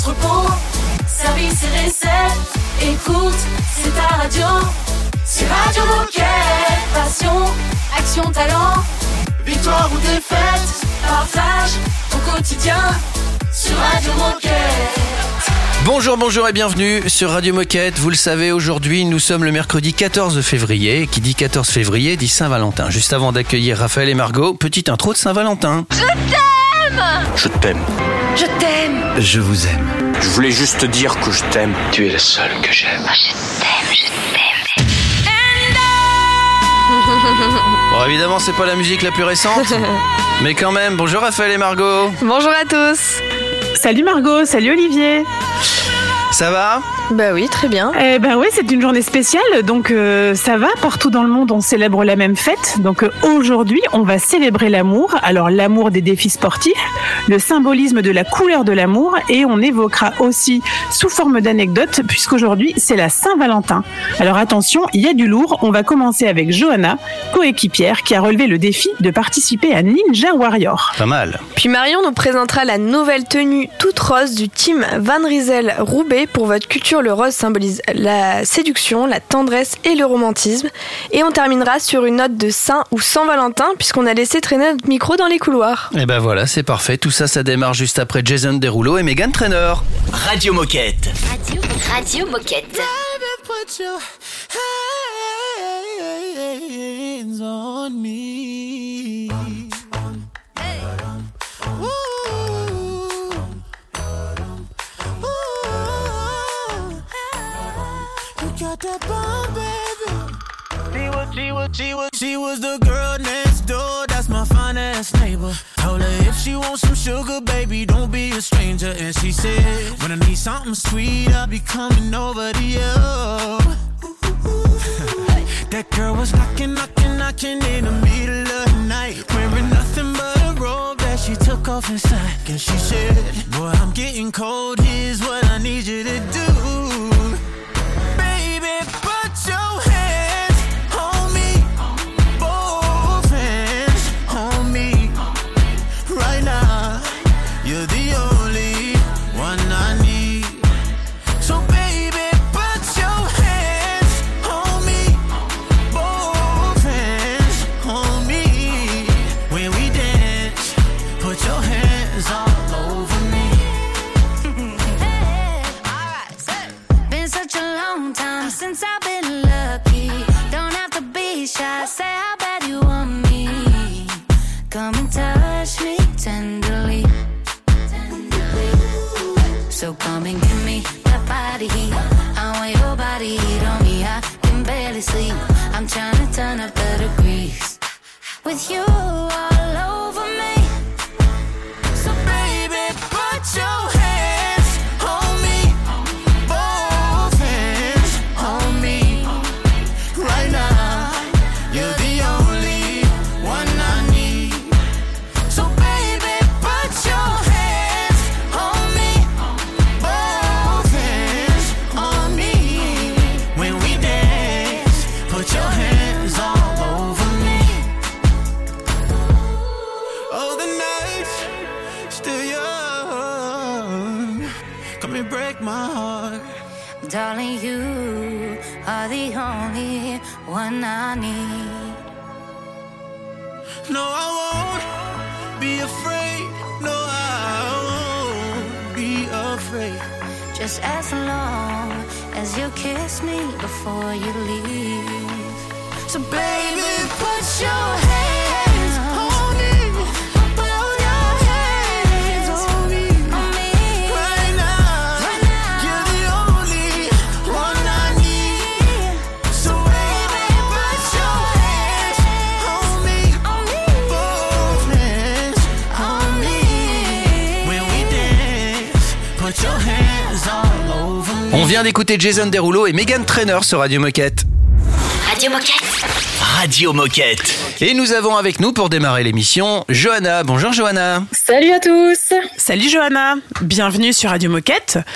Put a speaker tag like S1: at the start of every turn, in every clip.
S1: entrepôt, service et recettes. Écoute, c'est ta radio. C'est Radio Moquette. Passion, action, talent. Victoire ou défaite, partage ton quotidien sur Radio Moquette.
S2: Bonjour et bienvenue sur Radio Moquette. Vous le savez, aujourd'hui, nous sommes le mercredi 14 février. Qui dit 14 février dit Saint-Valentin. Juste avant d'accueillir Raphaël et Margot, petite intro de Saint-Valentin.
S3: Je t'aime.
S4: Je t'aime.
S3: Je t'aime.
S4: Je vous aime. Je voulais juste te dire que je t'aime. Tu es la seule que j'aime.
S3: Je t'aime.
S2: Bon, évidemment, c'est pas la musique la plus récente, mais quand même, bonjour Raphaël et Margot.
S5: Bonjour à tous.
S6: Salut Margot, salut Olivier.
S2: Ça va ?
S5: Bah oui, très bien.
S6: Oui, c'est une journée spéciale, donc ça va. Partout dans le monde, on célèbre la même fête. Donc aujourd'hui, on va célébrer l'amour. Alors l'amour des défis sportifs, le symbolisme de la couleur de l'amour, et on évoquera aussi sous forme d'anecdote, puisqu'aujourd'hui c'est la Saint-Valentin. Alors attention, il y a du lourd. On va commencer avec Johanna, coéquipière, qui a relevé le défi de participer à Ninja Warrior.
S2: Pas mal.
S5: Puis Marion nous présentera la nouvelle tenue toute rose du team Van Rysel Roubaix. Pour votre culture, le rose symbolise la séduction, la tendresse et le romantisme. Et on terminera sur une note de Saint ou Saint Valentin, puisqu'on a laissé traîner notre micro dans les couloirs.
S2: Et ben voilà, c'est parfait. Tout ça, ça démarre juste après Jason Derulo et Meghan Trainor.
S4: Radio Moquette.
S3: Radio Moquette.
S7: Put your hands on me. Ooh. You got that bomb, baby. She was the girl next door. That's my fine-ass neighbor. Told her if she wants some sugar, baby, don't be a stranger. And she said, when I need something sweet, I'll be coming over to you. That girl was knocking in the middle of the night, wearing nothing but a robe that she took off inside. And she said, boy, I'm getting cold, here's what I need you to do. Baby, put your hands on me, both hands on me. Right now, you're the only one I need. So baby, put your hands on me, both hands on me. When we dance, put your hands all over me.
S1: Been such a long time since I've been lucky. Don't have to be shy, say how bad you want me. Come and touch me tenderly. So come and give me that body heat. I want your body heat on me. I can barely sleep. I'm trying to turn up the degrees with you all over me.
S7: So baby, put your hands on me, both hands on me. Right now, you're the only one I need. So baby, put your hands on me, both hands on me. When we dance, put your hands all over me. Oh, the night's still young. Come and break my heart.
S1: Darling, you are the only one I need.
S7: No, I won't be afraid. No, I won't be afraid.
S1: Just as long as you kiss me before you leave.
S7: So baby, put your hands on me. Put your hands on me. Right now, you're the only one I need. So baby, put your hands on me. Both hands on me. When we dance, put your hands all over me.
S2: On vient d'écouter Jason Derulo et Meghan Trainor sur Radio Moquette.
S3: Radio Moquette.
S4: Radio Moquette.
S2: Et nous avons avec nous pour démarrer l'émission Johanna. Bonjour Johanna.
S6: Salut à tous. Salut Johanna. Bienvenue sur Radio Moquette.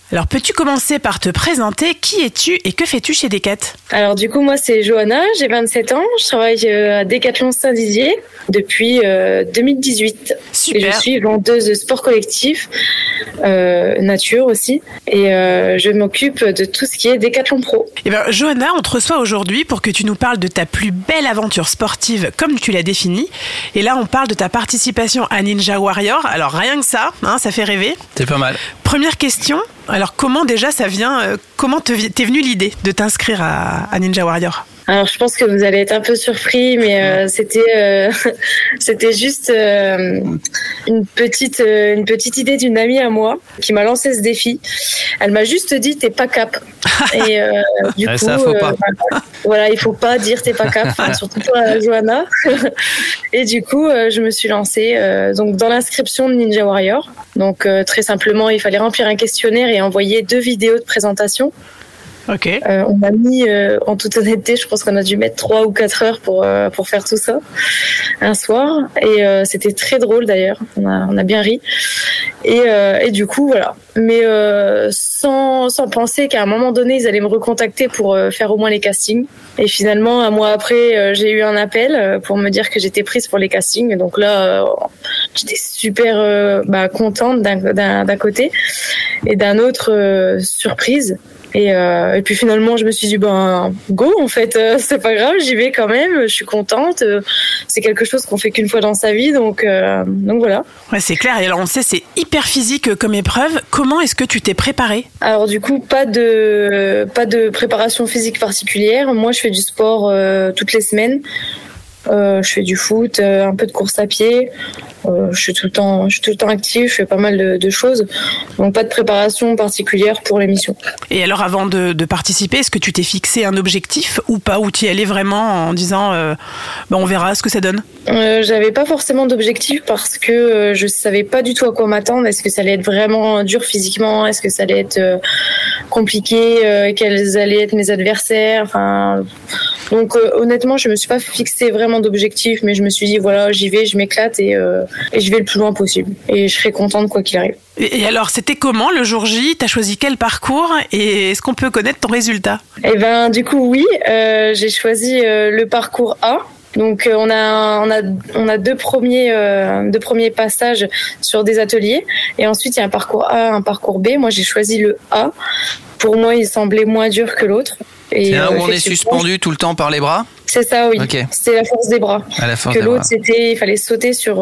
S6: Alors, peux-tu commencer par te présenter? Qui es-tu et que fais-tu chez Decat?
S8: Alors du coup, moi c'est Johanna, j'ai 27 ans, je travaille à Decathlon Saint-Dizier depuis 2018.
S6: Super.
S8: Et je suis vendeuse de sport collectif, nature aussi, et je m'occupe de tout ce qui est Decathlon Pro.
S6: Eh bien, Johanna, on te reçoit aujourd'hui pour que tu nous parles de ta plus belle aventure sportive comme tu l'as définie. Et là, on parle de ta participation à Ninja Warrior. Alors rien que ça, ça fait rêver.
S2: C'est pas mal.
S6: Première question, alors comment déjà ça vient, comment t'es venue l'idée de t'inscrire à Ninja Warrior?
S8: Alors je pense que vous allez être un peu surpris, mais c'était juste une petite idée d'une amie à moi qui m'a lancé ce défi. Elle m'a juste dit t'es pas cap. Et du coup,
S2: ça faut pas.
S8: Voilà, il faut pas dire t'es pas cap, surtout pour Johanna. Et du coup, je me suis lancée donc dans l'inscription de Ninja Warrior. Donc très simplement, il fallait remplir un questionnaire et envoyer 2 vidéos de présentation.
S6: Ok.
S8: On a mis, en toute honnêteté, je pense qu'on a dû mettre 3 ou 4 heures pour faire tout ça un soir. Et c'était très drôle d'ailleurs. On a bien ri. Et du coup, voilà. Mais sans penser qu'à un moment donné, ils allaient me recontacter pour faire au moins les castings. Et finalement, un mois après, j'ai eu un appel pour me dire que j'étais prise pour les castings. Donc là, j'étais super contente d'un côté. Et d'un autre, surprise. Et puis finalement, je me suis dit, go, en fait, c'est pas grave, j'y vais quand même, je suis contente. C'est quelque chose qu'on fait qu'une fois dans sa vie, donc voilà.
S6: Ouais, c'est clair. Et alors, on sait, c'est hyper physique comme épreuve. Comment est-ce que tu t'es préparée?
S8: Alors du coup, pas de préparation physique particulière. Moi, je fais du sport toutes les semaines. Je fais du foot, un peu de course à pied. Je suis tout le temps active, je fais pas mal de choses. Donc pas de préparation particulière pour l'émission.
S6: Et alors avant de participer, est-ce que tu t'es fixé un objectif ou pas? Ou tu y allais vraiment en disant on verra ce que ça donne?
S8: J'avais pas forcément d'objectif parce que je savais pas du tout à quoi m'attendre. Est-ce que ça allait être vraiment dur physiquement? Est-ce que ça allait être compliqué? Quels allaient être mes adversaires? Donc honnêtement, je me suis pas fixé vraiment d'objectif, mais je me suis dit voilà, j'y vais, je m'éclate et je vais le plus loin possible. Et je serai contente quoi qu'il arrive.
S6: Et alors, c'était comment le jour J? T'as choisi quel parcours? Et est-ce qu'on peut connaître ton résultat?
S8: Eh ben, du coup, oui, j'ai choisi le parcours A. Donc, on a 2 premiers passages sur des ateliers. Et ensuite, il y a un parcours A, un parcours B. Moi, j'ai choisi le A. Pour moi, il semblait moins dur que l'autre.
S2: C'est là où on est suspendu tout le temps par les bras?
S8: C'est ça, oui.
S2: Okay.
S8: C'était la force des bras. Que l'autre, il fallait sauter sur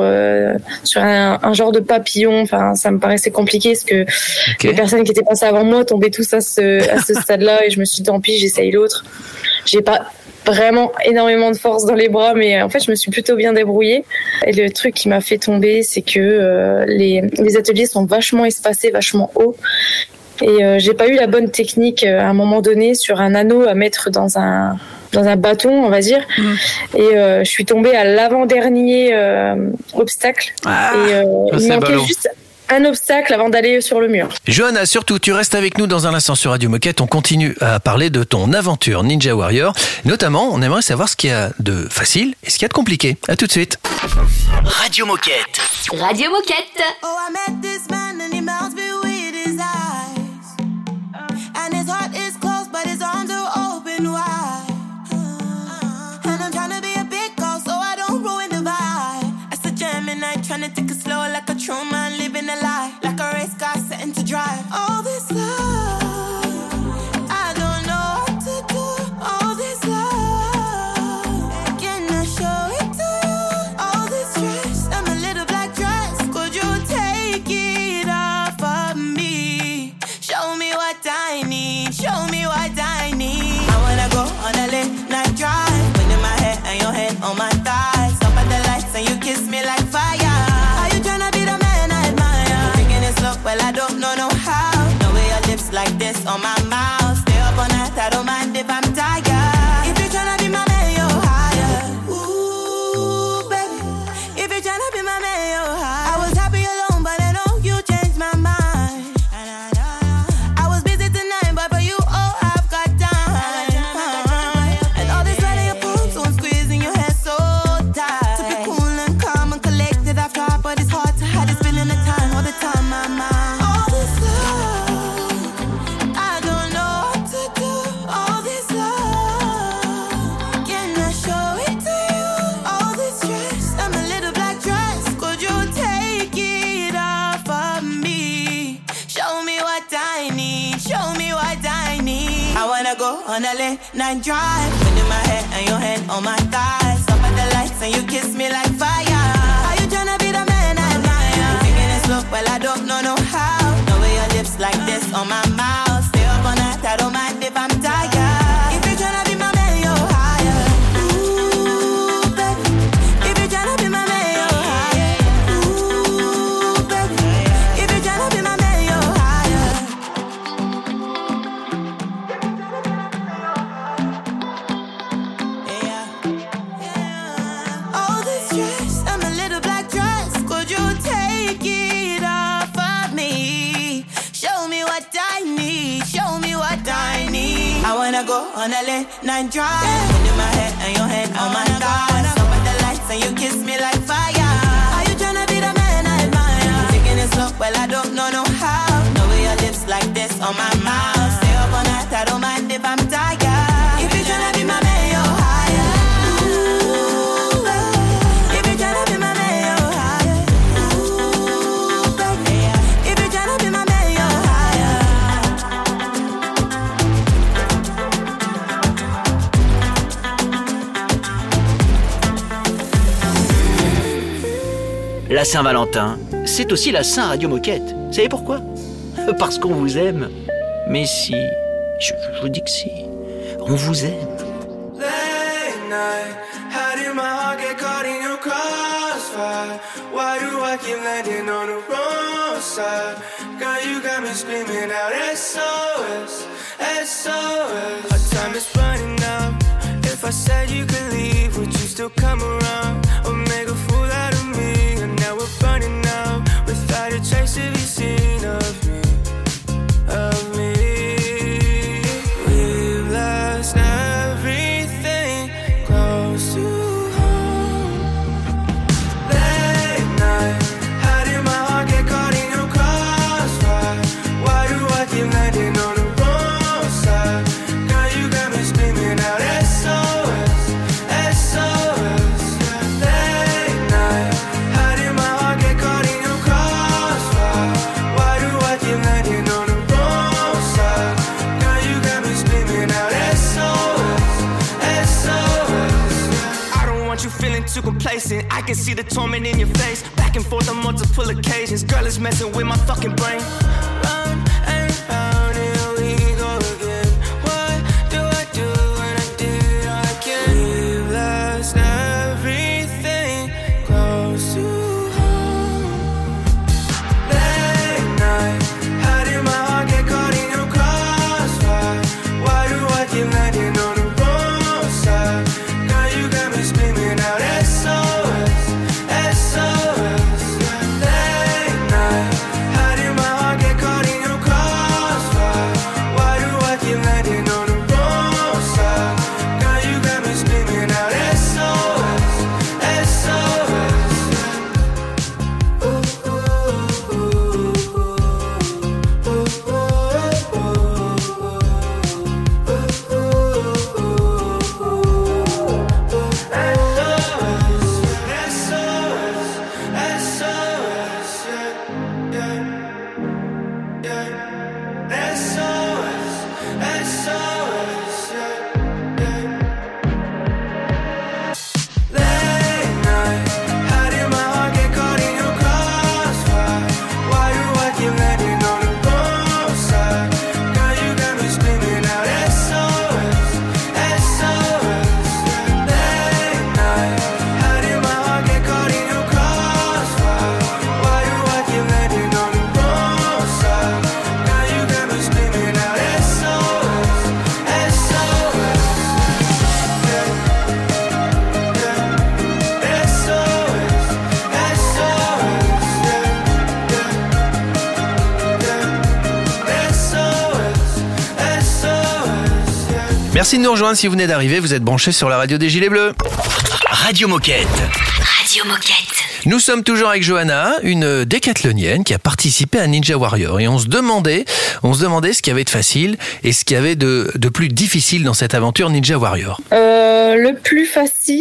S8: un genre de papillon. Enfin, ça me paraissait compliqué parce que les personnes qui étaient passées avant moi tombaient tous à ce stade-là et je me suis dit tant pis, j'essaye l'autre. J'ai pas vraiment énormément de force dans les bras, mais en fait, je me suis plutôt bien débrouillée. Et le truc qui m'a fait tomber, c'est que les ateliers sont vachement espacés, vachement hauts. Et j'ai pas eu la bonne technique à un moment donné sur un anneau à mettre dans un bâton, on va dire. Et je suis tombée à l'avant-dernier obstacle. Il manquait juste un obstacle avant d'aller sur le mur.
S2: Johanna, surtout, tu restes avec nous dans un instant sur Radio Moquette. On continue à parler de ton aventure Ninja Warrior. Notamment, on aimerait savoir ce qu'il y a de facile et ce qu'il y a de compliqué. À tout de suite.
S9: Radio Moquette.
S3: Radio Moquette.
S7: Oh, I met this man and he melts me with his eyes. And his heart is closed, but his arms are open wide. And I'm trying to be a big girl, so I don't ruin the vibe. As a Gemini, trying to take it slow like a true man, living a lie. Like a race car setting to drive. All this love, I don't know what to do. All this love, can I show it to you? All this stress, I'm a little black dress. Could you take it off of me? Show me what I need, show me what I need. I wanna go on a late night drive, wind in my hair and your head on my thighs. Stop at the lights and you kiss me like fire. Are you tryna be the man I admire? Taking it slow, well I don't know how. No way your lips like this on my mouth. Stay up all night, I don't mind if I'm tired. If you're tryna be my man, you're higher. Ooh, baby, if you're tryna be my man, you're higher. I was happy alone, but I know you changed my mind. I was busy tonight, but for you, I've got time. And all this riding your bones, so I'm squeezing your hair so on a late night drive. Wind in my head and your head on my thighs. Stop at the lights and you kiss me like fire. Are you tryna be the man I admire? You taking it slow, well I don't know how. No way your lips like this on my mouth. Stay up all night, I don't mind if I'm tired. If you tryna be my man, yo higher. Ooh, baby. If you tryna be my man, yo higher. Ooh, baby. If you tryna be my man, yo higher. All this stress, I'm a little black dress. Could you take it off of me? Show me what I need. Show me what I need. I wanna go on a late night drive. Wind in my head and your head on my thighs. Stop at the lights and you kiss me like fire. Are you tryna be the man I admire? You taking it slow, well I don't know how. No way your lips like this on my mouth. Stay up all night, I don't mind if I'm tired. If you tryna be my man, yo higher. Ooh, baby. If you tryna be my man, yo higher. Ooh, baby. If you tryna be my man, yo higher.
S9: La Saint-Valentin, c'est aussi la Saint-Radio Moquette. Vous savez pourquoi? Parce qu'on vous aime. Mais si, je vous dis que si, on vous aime.
S7: Late night, how did my heart get caught in your crossfire? Why do I keep landing on the wrong side? Girl, you got me screaming out SOS, SOS. Our time is running out. If I said you could leave, would you still come around? Or make a fool out of me? And now we're burning out without a trace to be seen of me, of me. We've lost everything close to home. Late night, how did my heart get caught in your crossfire? Why do I keep landing on the wrong side? Girl, you got me screaming out SOS, SOS. Late night, how did my heart get caught in your crossfire? Why do I keep landing on the wrong side? Girl, you got me screaming out SOS, SOS. I don't want you feeling too complacent. I can see the torment in your face. Back and forth on multiple occasions. Girl, it's messing with my fucking brain. Round and round, here we go again. What do I do when I did all I can? We've lost everything close to home. Late night, how did my heart get caught in your crossfire? Why do I keep landing on the wrong side? Girl, you got me screaming out SOS, SOS. Late night, how did my heart get caught in your crossfire? Why do I keep landing on the wrong side? Girl, you got me screaming out SOS, SOS.
S2: Merci de nous rejoindre si vous venez d'arriver, vous êtes branchés sur la radio des Gilets Bleus.
S9: Radio Moquette.
S3: Radio Moquette.
S2: Nous sommes toujours avec Johanna, une décathlonienne qui a participé à Ninja Warrior. Et on se demandait ce qu'il y avait de facile et ce qu'il y avait de plus difficile dans cette aventure Ninja Warrior.
S8: Le plus facile,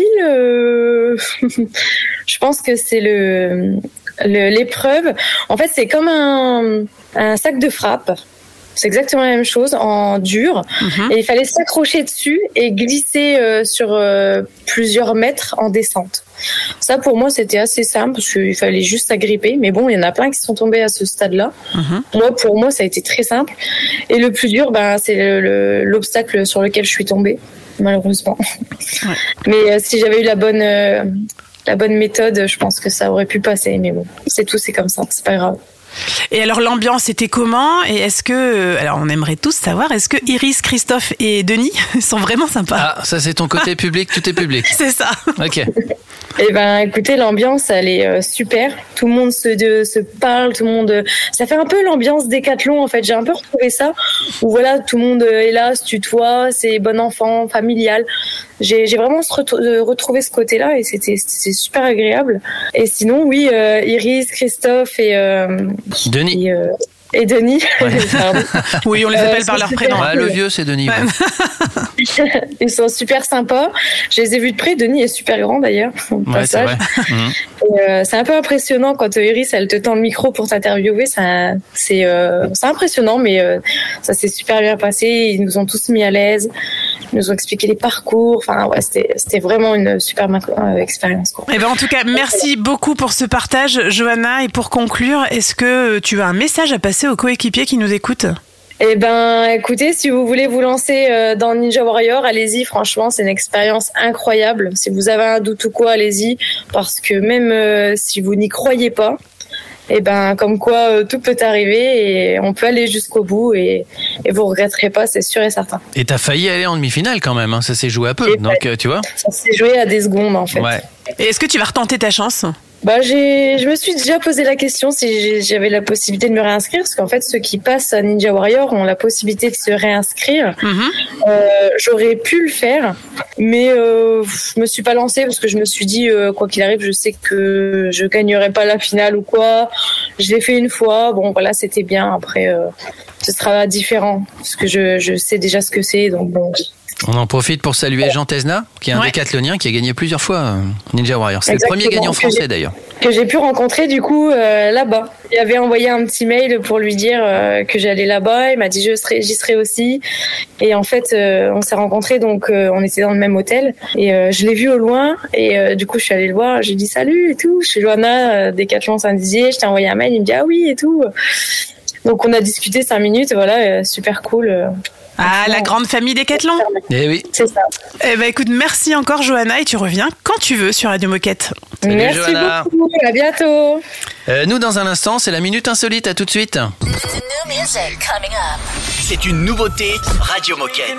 S8: je pense que c'est l'épreuve. En fait, c'est comme un sac de frappe. C'est exactement la même chose en dur. Et il fallait s'accrocher dessus et glisser sur plusieurs mètres en descente. Ça, pour moi, c'était assez simple parce qu'il fallait juste s'agripper. Mais bon, il y en a plein qui sont tombés à ce stade-là. Pour moi, ça a été très simple. Et le plus dur, c'est l'obstacle sur lequel je suis tombée, malheureusement. Ouais. Mais si j'avais eu la bonne méthode, je pense que ça aurait pu passer. Mais bon, c'est tout, c'est comme ça, c'est pas grave.
S10: Et alors l'ambiance était comment? Et est-ce que, alors on aimerait tous savoir, est-ce que Iris, Christophe et Denis sont vraiment sympas?
S2: Ah, ça c'est ton côté public, tout est public.
S10: C'est ça.
S2: Ok.
S8: Eh ben, écoutez, l'ambiance, elle est super. Tout le monde se parle, tout le monde. Ça fait un peu l'ambiance Décathlon, en fait. J'ai un peu retrouvé ça, où voilà, tout le monde est là, se tutoie, c'est bon enfant, familial. J'ai vraiment retrouvé ce côté-là et c'était super agréable. Et sinon, oui, Iris, Christophe et
S2: Denis.
S8: Et Denis.
S2: Ouais.
S10: Oui, on les appelle par leur prénom.
S2: Ouais, le vieux, c'est Denis. Ouais.
S8: Ils sont super sympas. Je les ai vus de près. Denis est super grand d'ailleurs.
S2: Ouais, c'est vrai.
S8: C'est un peu impressionnant quand Iris, elle te tend le micro pour t'interviewer. C'est impressionnant, mais ça s'est super bien passé. Ils nous ont tous mis à l'aise. Ils nous ont expliqué les parcours. Enfin, ouais, c'était vraiment une super expérience.
S10: Et ben, en tout cas, merci beaucoup pour ce partage, Johanna. Et pour conclure, est-ce que tu as un message à passer aux coéquipiers qui nous écoutent?
S8: Eh ben, écoutez, si vous voulez vous lancer dans Ninja Warrior, allez-y. Franchement, c'est une expérience incroyable. Si vous avez un doute ou quoi, allez-y. Parce que même si vous n'y croyez pas, eh ben, comme quoi tout peut arriver et on peut aller jusqu'au bout et vous regretterez pas, c'est sûr et certain.
S2: Et t'as failli aller en demi-finale quand même, hein. Ça s'est joué à peu, donc tu vois.
S8: Ça s'est joué à des secondes en fait.
S2: Ouais.
S10: Et est-ce que tu vas retenter ta chance?
S8: Je me suis déjà posé la question si j'avais la possibilité de me réinscrire, parce qu'en fait, ceux qui passent à Ninja Warrior ont la possibilité de se réinscrire. J'aurais pu le faire, mais je me suis pas lancée parce que je me suis dit, quoi qu'il arrive, je sais que je gagnerai pas la finale ou quoi. Je l'ai fait une fois, bon voilà, c'était bien. Après, ce sera différent parce que je sais déjà ce que c'est, donc bon.
S2: On en profite pour saluer Jean Tesna, qui est un décathlonien qui a gagné plusieurs fois Ninja Warrior. C'est le premier gagnant français d'ailleurs.
S8: Que j'ai pu rencontrer du coup là-bas. Il avait envoyé un petit mail pour lui dire que j'allais là-bas. Il m'a dit j'y serai aussi. Et en fait, on s'est rencontrés, donc on était dans le même hôtel. Et je l'ai vu au loin. Et du coup, je suis allée le voir. J'ai dit salut et tout. Je suis Johanna, Décathlon Saint-Dizier. Je t'ai envoyé un mail. Il me dit ah oui et tout. Donc on a discuté 5 minutes. Voilà, super cool.
S10: Ah, la grande famille Décathlon.
S2: Eh oui.
S8: C'est ça.
S10: Eh ben, écoute, merci encore, Johanna, et tu reviens quand tu veux sur Radio Moquette.
S2: Salut,
S8: merci
S2: Johanna.
S8: beaucoup. À bientôt.
S2: Nous, dans un instant, c'est la Minute Insolite. À tout de suite.
S9: C'est une nouveauté Radio Moquette.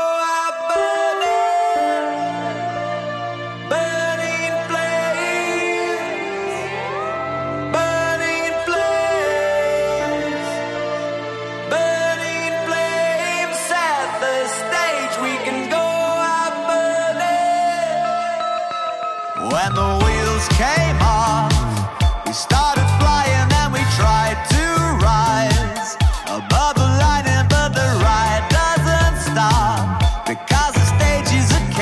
S7: When the wheels came off, we started flying and we tried to rise above the line, but the ride doesn't stop because the stage is a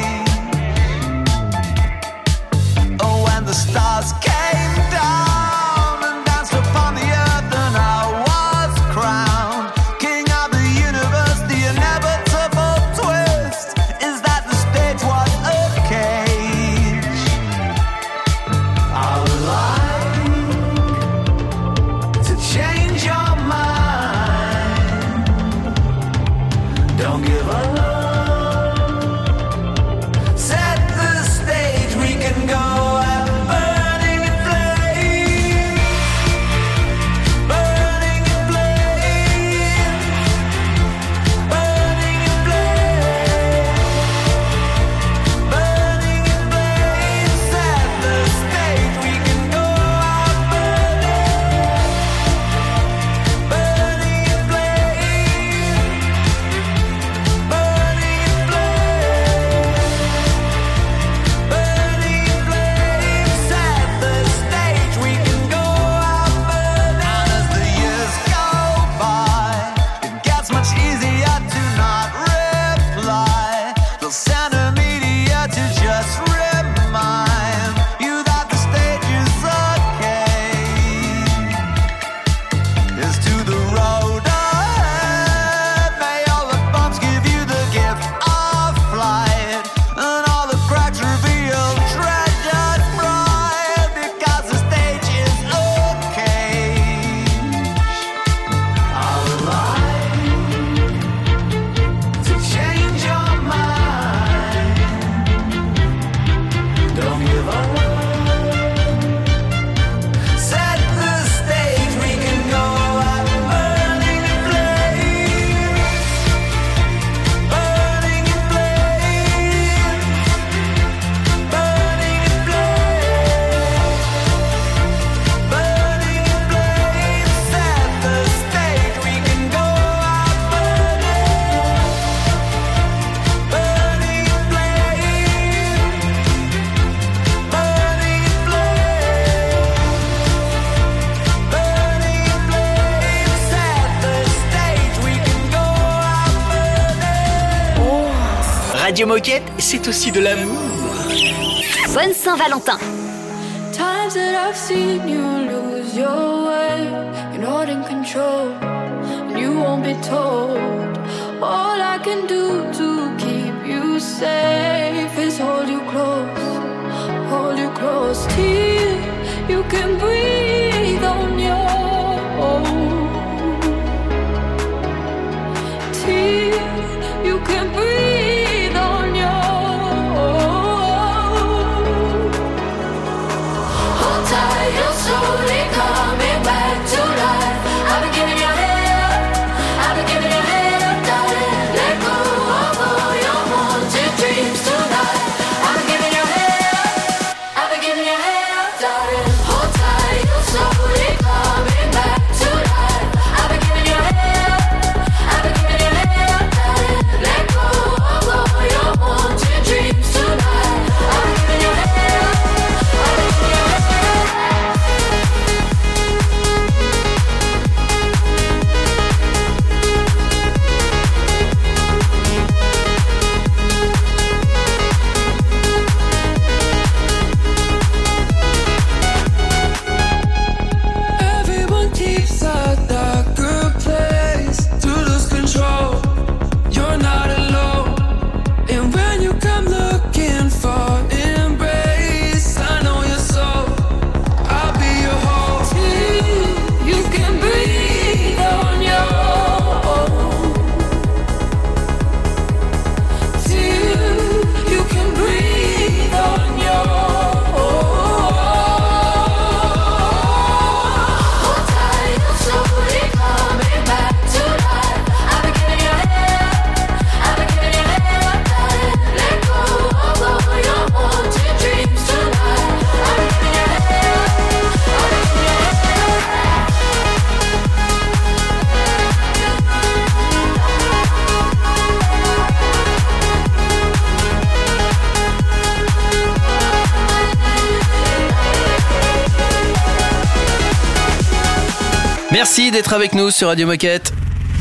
S7: cave. Oh, when the stars came down and danced upon the earth, and I was crowned king of the universe. The inevitable twist is that the stage was a cave. Our life
S9: Radio Moquette, c'est aussi de l'amour.
S3: Bonne Saint-Valentin.
S7: Times that I've seen you lose your way, you're not in control, and you won't be told. All I can do to keep you safe is hold you close till you can breathe on your own, till you can breathe on your own. Hold tight, you're slowly coming back to life. I've been giving you hell, I've been giving you hell, darling. Let go of all your haunted dreams tonight. I've been giving you hell, I've been giving you hell, darling. Hold tight, you're slowly coming back to life. I've been giving you hell, I've been giving you hell, darling. Let go of all your haunted dreams tonight. I've been giving you hell, I've been giving you hell. Everyone keeps a darker place to lose control. You're not alone. And when you come looking for embrace, I know your soul. I'll be your home till you can breathe on your own. Till you can breathe on your own. Hold tight, you're slowly coming back to life. I've been giving you hell, I've been giving you hell, darling. Let go of all your haunted dreams tonight. I've been giving you hell, I've been giving you
S2: Merci d'être avec nous sur Radio Moquette.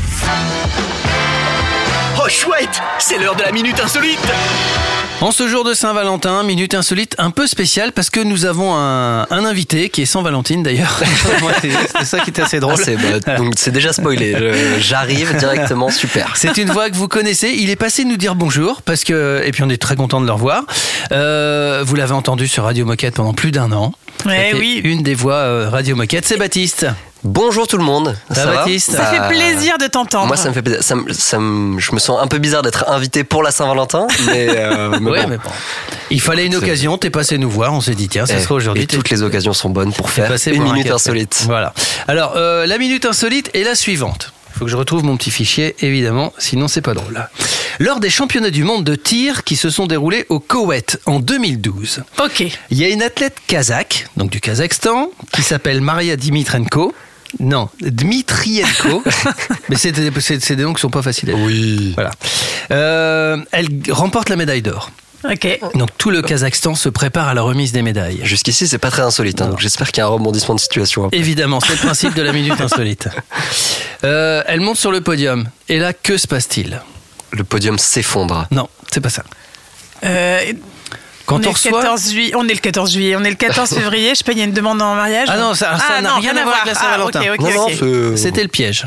S9: Oh chouette, c'est l'heure de la Minute Insolite.
S2: En ce jour de Saint-Valentin, minute insolite un peu spéciale parce que nous avons un invité qui est sans Valentine d'ailleurs. Moi, c'est ça qui était assez drôle.
S11: Donc c'est déjà spoilé. J'arrive directement, super.
S2: C'est une voix que vous connaissez. Il est passé nous dire bonjour parce que, et puis on est très content de le revoir. Vous l'avez entendu sur Radio Moquette pendant plus d'1 an.
S10: Ouais,
S2: C'était
S10: oui.
S2: une des voix Radio Moquette. C'est Baptiste.
S11: Bonjour tout le monde.
S2: Ça va, Baptiste?
S10: Ça fait plaisir de t'entendre.
S11: Moi, ça me fait plaisir. Je me sens un peu bizarre d'être invité pour la Saint-Valentin, mais,
S2: Ouais,
S11: bon.
S2: mais bon. Il fallait une occasion. T'es passé nous voir. On s'est dit tiens, ça sera aujourd'hui.
S11: Et toutes les occasions sont bonnes pour faire
S2: passé
S11: une
S2: pour un
S11: minute
S2: café.
S11: insolite.
S2: Voilà. Alors, la minute insolite est la suivante. Il faut que je retrouve mon petit fichier, évidemment, sinon c'est pas drôle. Lors des championnats du monde de tir qui se sont déroulés au Koweït en 2012,
S10: Ok.
S2: il y a une athlète kazakh, donc du Kazakhstan, qui s'appelle Maria Dmitrenko. Non, Dmitrienko. Mais c'est des noms qui sont pas faciles à dire.
S11: Oui.
S2: Voilà. Elle remporte la médaille d'or.
S10: Ok.
S2: Donc tout le Kazakhstan se prépare à la remise des médailles.
S11: Jusqu'ici, c'est pas très insolite. Donc j'espère qu'il y a un rebondissement de situation. Après.
S2: Évidemment, c'est le principe de la minute insolite. Elle monte sur le podium. Et là, que se passe-t-il?
S11: Le podium s'effondre.
S2: Non, c'est pas ça.
S10: On est le 14 juillet, on est le 14 février, je sais pas, il y a une demande en mariage.
S2: Ah non, ça n'a rien à voir avec la Saint-Valentin. C'était le piège.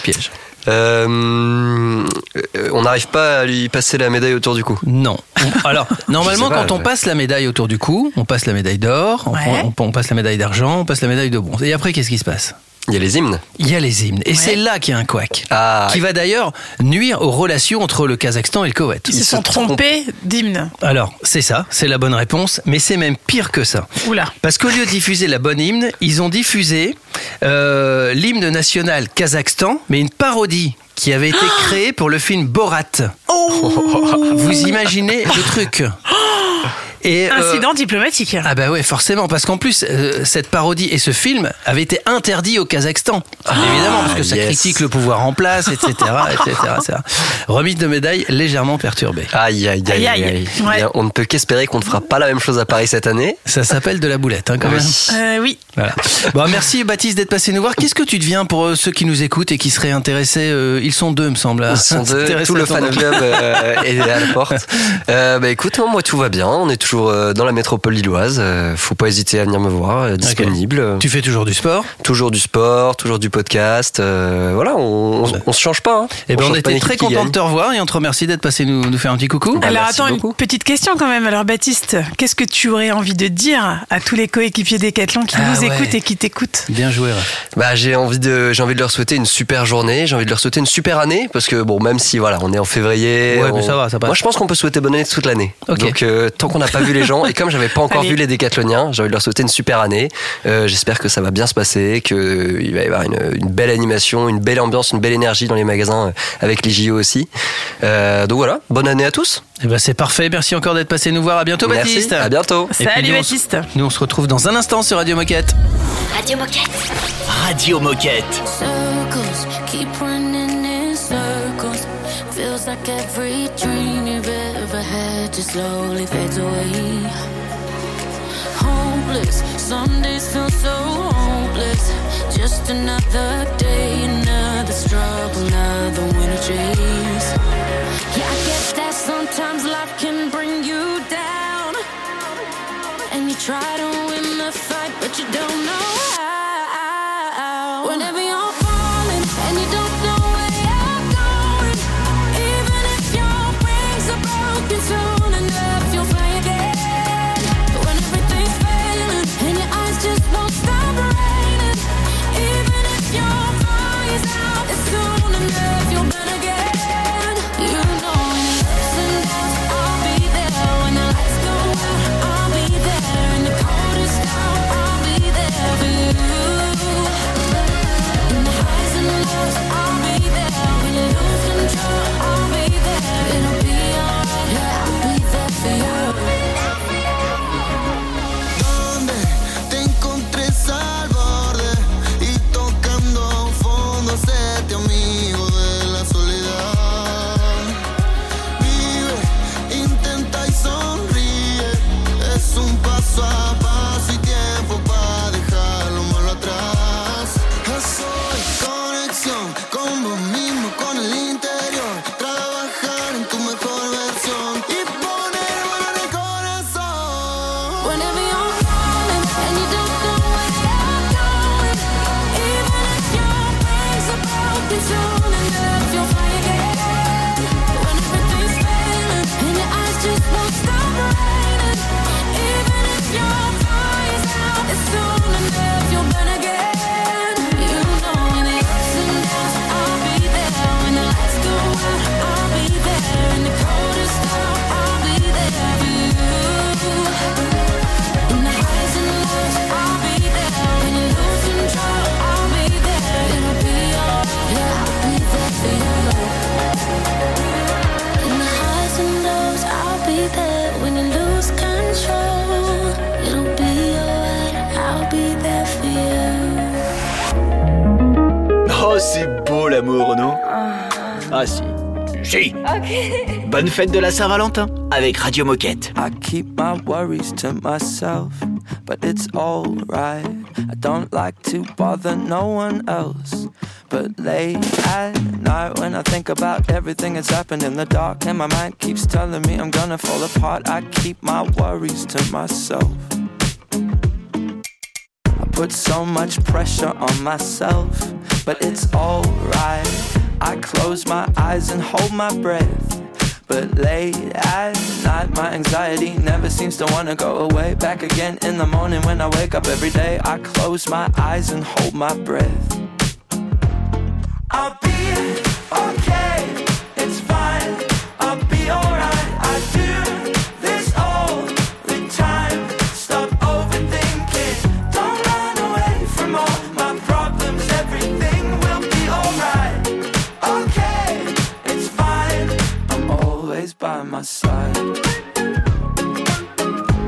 S11: On n'arrive pas à lui passer la médaille autour du cou.
S2: Non. Alors, normalement, quand on passe la médaille autour du cou, on passe la médaille d'or, on passe la médaille d'argent, on passe la médaille de bronze. Et après, qu'est-ce qui se passe?
S11: Il y a les hymnes.
S2: Il y a les hymnes. Et c'est là qu'il y a un couac. Qui
S11: Ouais.
S2: va d'ailleurs nuire aux relations entre le Kazakhstan et le Koweït.
S10: Ils se sont trompés d'hymne.
S2: Alors, c'est ça, c'est la bonne réponse, mais c'est même pire que ça.
S10: Oula.
S2: Parce qu'au lieu de diffuser la bonne hymne, ils ont diffusé l'hymne national Kazakhstan, mais une parodie qui avait été créée pour le film Borat. Vous imaginez le truc? Et,
S10: Incident diplomatique.
S2: Ah bah ouais, forcément, parce qu'en plus, cette parodie et ce film avaient été interdits au Kazakhstan. Évidemment, parce que ça critique le pouvoir en place, etc. etc. Remise de médaille légèrement perturbée.
S11: Aïe.
S10: Ouais.
S11: Bien, on ne peut qu'espérer qu'on ne fera pas la même chose à Paris cette année.
S2: Ça s'appelle de la boulette, quand même.
S10: Oui.
S2: Voilà. Bon, merci Baptiste d'être passé nous voir. Qu'est-ce que tu deviens pour ceux qui nous écoutent et qui seraient intéressés Ils sont deux, me semble.
S11: Ils sont deux, tout le fan club est à la porte. Écoute, moi tout va bien. On est toujours dans la métropole lilloise. Faut pas hésiter à venir me voir, disponible.
S2: Okay. Tu fais toujours du sport ?
S11: Toujours du sport, toujours du podcast. Voilà, on se change pas.
S2: Et on était très contents de te revoir et on te remercie d'être passé nous faire un petit coucou.
S10: Alors attends, une petite question quand même. Alors Baptiste, qu'est-ce que tu aurais envie de dire à tous les coéquipiers Decathlon qui nous écoutent et qui t'écoutent ?
S2: Bien joué.
S11: J'ai envie de leur souhaiter une super journée. J'ai envie de leur souhaiter une super année parce que même si on est en février.
S2: Ouais, mais ça va, ça passe.
S11: Moi, je pense qu'on peut souhaiter bonne année toute l'année.
S2: Okay.
S11: Donc tant qu'on n'a pas vu les gens et comme j'avais pas encore vu les Décathloniens, j'ai envie de leur souhaiter une super année. J'espère que ça va bien se passer, qu'il va y avoir une belle animation, une belle ambiance, une belle énergie dans les magasins avec les JO aussi. Donc voilà, bonne année à tous.
S2: C'est parfait. Merci encore d'être passé nous voir. À bientôt,
S11: Merci.
S2: Baptiste.
S11: À bientôt.
S10: Salut Baptiste.
S2: Nous on se retrouve dans un instant sur Radio Moquette.
S3: Radio Moquette.
S9: Radio Moquette.
S1: Circles keep running in circles. Feels like every dream you've ever had just slowly fades away. Hopeless, some days feel so hopeless. Just another day, another struggle, another winter chase. Yeah, I guess that sometimes life can bring you down, and you try to win the fight, but you don't know how. Whenever you're falling and you don't know where you're going, even if your wings are broken, soon enough you'll fly again. When everything's failing and your eyes just won't stop raining, even if your fire's out, soon enough you'll burn again. You know when the ups and downs, I'll be there. When the lights go out, I'll be there. In the coldest hour, I'll be there for you. In the highs and lows, I'll be there. When you lose control, I'll be there. It'll be alright, yeah, I'll be there for you.
S7: Donde te encontres al borde y tocando fondo, séte amigo de la soledad. Vive, intenta y sonríe. Es un paso a paso y tiempo para dejar lo malo atrás. Soy conexión con vos mismo, con el interior. Trabajar en tu mejor versión y poner valor en el corazón.
S1: Whenever you're falling and you don't know where you're going, even if your wings are broken, soon enough you'll fly again. When everything's failing and your eyes just won't stop raining, even if your fire's out, soon enough you'll burn again. You know when the ups and downs, I'll be there. When the lights go out, I'll be there. In the coldest hour, I'll be there for you. In the highs and lows, I'll be there. When you lose control, I'll be there. It'll be alright, yeah, I'll be there for you. In the highs and lows, I'll be there. When you lose control, it'll be alright, I'll be there for you.
S9: Oh, c'est beau l'amour, non ? Ah si. Si. Bonne fête de la Saint-Valentin avec Radio Moquette.
S12: I keep my worries to myself, but it's alright. I don't like to bother no one else. But late at night when I think about everything that's happened in the dark, and my mind keeps telling me I'm gonna fall apart, I keep my worries to myself. I put so much pressure on myself, but it's alright. I close my eyes and hold my breath. But late at night, my anxiety never seems to wanna go away. Back again in the morning when I wake up every day, I close my eyes and hold my breath. I'll be okay, it's fine, I'll be alright. I do this all the time. Stop overthinking, don't run away from all my problems. Everything will be alright. Okay, it's fine, I'm always by my side.